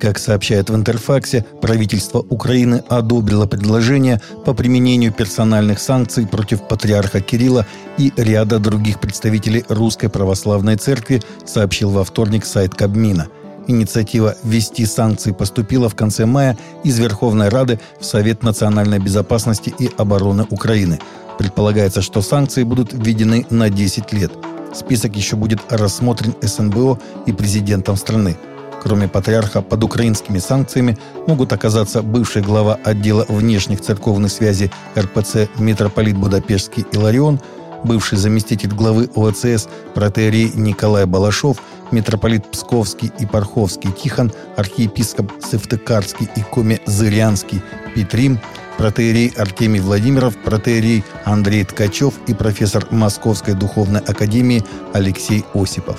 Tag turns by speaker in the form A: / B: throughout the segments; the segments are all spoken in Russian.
A: Как сообщают в Интерфаксе, правительство Украины одобрило предложение по применению персональных санкций против патриарха Кирилла и ряда других представителей Русской Православной Церкви, сообщил во вторник сайт Кабмина. Инициатива ввести санкции поступила в конце мая из Верховной Рады в Совет национальной безопасности и обороны Украины. Предполагается, что санкции будут введены на 10 лет. Список еще будет рассмотрен СНБО и президентом страны. Кроме патриарха, под украинскими санкциями могут оказаться бывший глава отдела внешних церковных связей РПЦ митрополит Будапештский Иларион, бывший заместитель главы ОАЦС протоиерей Николай Балашов, митрополит Псковский и Парховский Тихон, архиепископ Сыктывкарский и Коми-Зырянский Петрим, протоиерей Артемий Владимиров, протоиерей Андрей Ткачев и профессор Московской духовной академии Алексей Осипов.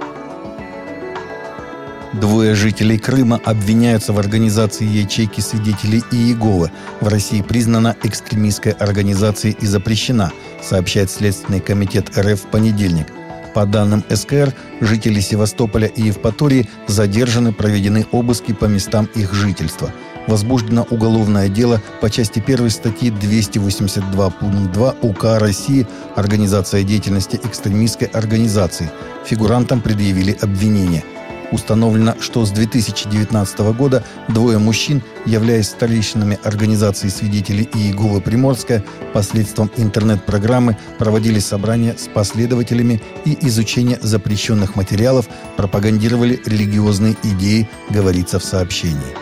A: Двое жителей Крыма обвиняются в организации ячейки свидетелей Иеговы. В России признана экстремистской организацией и запрещена, сообщает Следственный комитет РФ в понедельник. По данным СКР, жители Севастополя и Евпатории задержаны, проведены обыски по местам их жительства. Возбуждено уголовное дело по части 1 статьи 282 пункт 2 УК России «Организация деятельности экстремистской организации». Фигурантам предъявили обвинение. Установлено, что с 2019 года двое мужчин, являясь старейшинами организации свидетелей Иеговы Приморская, посредством интернет-программы проводили собрания с последователями и изучение запрещенных материалов, пропагандировали религиозные идеи, говорится в сообщении.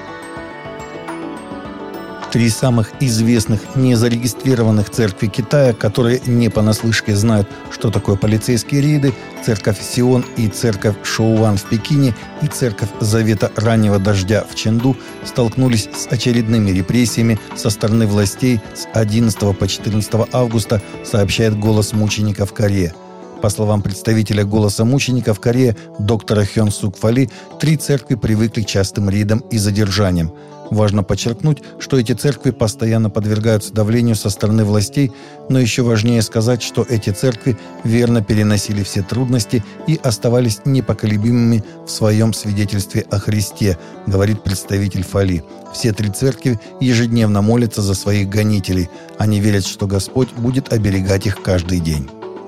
A: 3 самых известных незарегистрированных церкви Китая, которые не понаслышке знают, что такое полицейские рейды, церковь Сион и церковь Шоуан в Пекине и церковь Завета Раннего Дождя в Чэнду, столкнулись с очередными репрессиями со стороны властей с 11 по 14 августа, сообщает «Голос мучеников Кореи». По словам представителя «Голоса мучеников Кореи» доктора Хён Сук Фали, 3 церкви привыкли к частым рейдам и задержаниям. Важно подчеркнуть, что эти церкви постоянно подвергаются давлению со стороны властей, но еще важнее сказать, что эти церкви верно переносили все трудности и оставались непоколебимыми в своем свидетельстве о Христе, говорит представитель Фали. Все 3 церкви ежедневно молятся за своих гонителей. Они верят, что Господь будет оберегать их каждый день.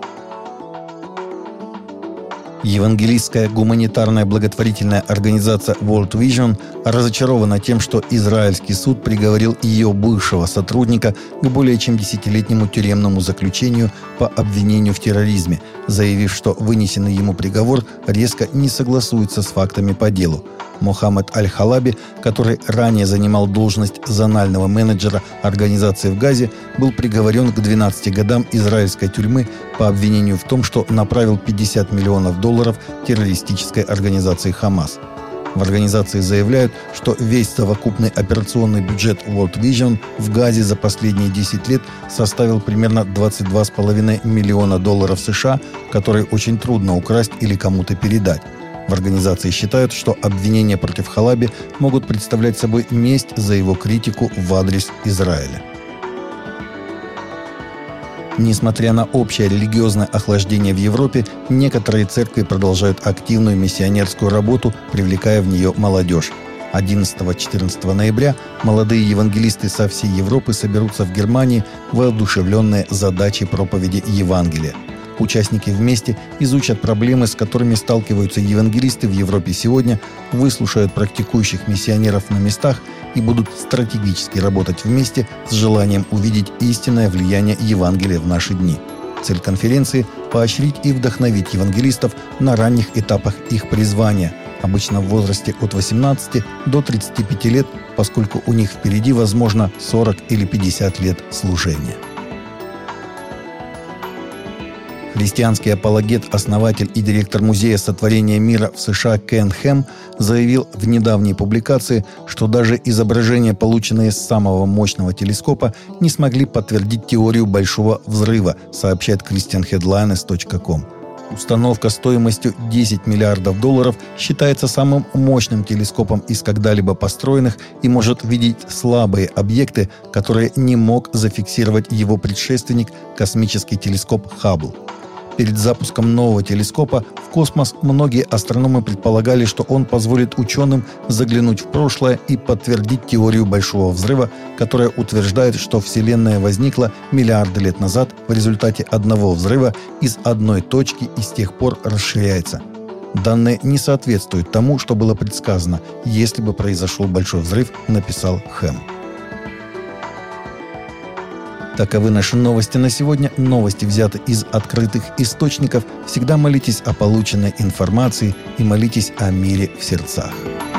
A: Евангелистская гуманитарная благотворительная организация World Vision разочарована тем, что израильский суд приговорил ее бывшего сотрудника к более чем 10-летнему тюремному заключению по обвинению в терроризме, заявив, что вынесенный ему приговор резко не согласуется с фактами по делу. Мохаммед Аль-Халаби, который ранее занимал должность зонального менеджера организации в Газе, был приговорен к 12 годам израильской тюрьмы по обвинению в том, что направил $50 миллионов террористической организации «Хамас». В организации заявляют, что весь совокупный операционный бюджет World Vision в Газе за последние 10 лет составил примерно $22,5 миллиона США, которые очень трудно украсть или кому-то передать. В организации считают, что обвинения против Халаби могут представлять собой месть за его критику в адрес Израиля. Несмотря на общее религиозное охлаждение в Европе, некоторые церкви продолжают активную миссионерскую работу, привлекая в нее молодежь. 11-14 ноября молодые евангелисты со всей Европы соберутся в Германии, воодушевленные задачей проповеди Евангелия. Участники вместе изучат проблемы, с которыми сталкиваются евангелисты в Европе сегодня, выслушают практикующих миссионеров на местах и будут стратегически работать вместе с желанием увидеть истинное влияние Евангелия в наши дни. Цель конференции – поощрить и вдохновить евангелистов на ранних этапах их призвания, обычно в возрасте от 18 до 35 лет, поскольку у них впереди, возможно, 40 или 50 лет служения. Христианский апологет, основатель и директор Музея сотворения мира в США Кен Хэм заявил в недавней публикации, что даже изображения, полученные с самого мощного телескопа, не смогли подтвердить теорию Большого взрыва, сообщает christianheadlines.com. Установка стоимостью $10 миллиардов считается самым мощным телескопом из когда-либо построенных и может видеть слабые объекты, которые не мог зафиксировать его предшественник, космический телескоп Хаббл. Перед запуском нового телескопа в космос многие астрономы предполагали, что он позволит ученым заглянуть в прошлое и подтвердить теорию Большого взрыва, которая утверждает, что Вселенная возникла миллиарды лет назад в результате одного взрыва из одной точки и с тех пор расширяется. Данные не соответствуют тому, что было предсказано, если бы произошел Большой взрыв, написал Хэм. Таковы наши новости на сегодня. Новости взяты из открытых источников. Всегда молитесь о полученной информации и молитесь о мире в сердцах.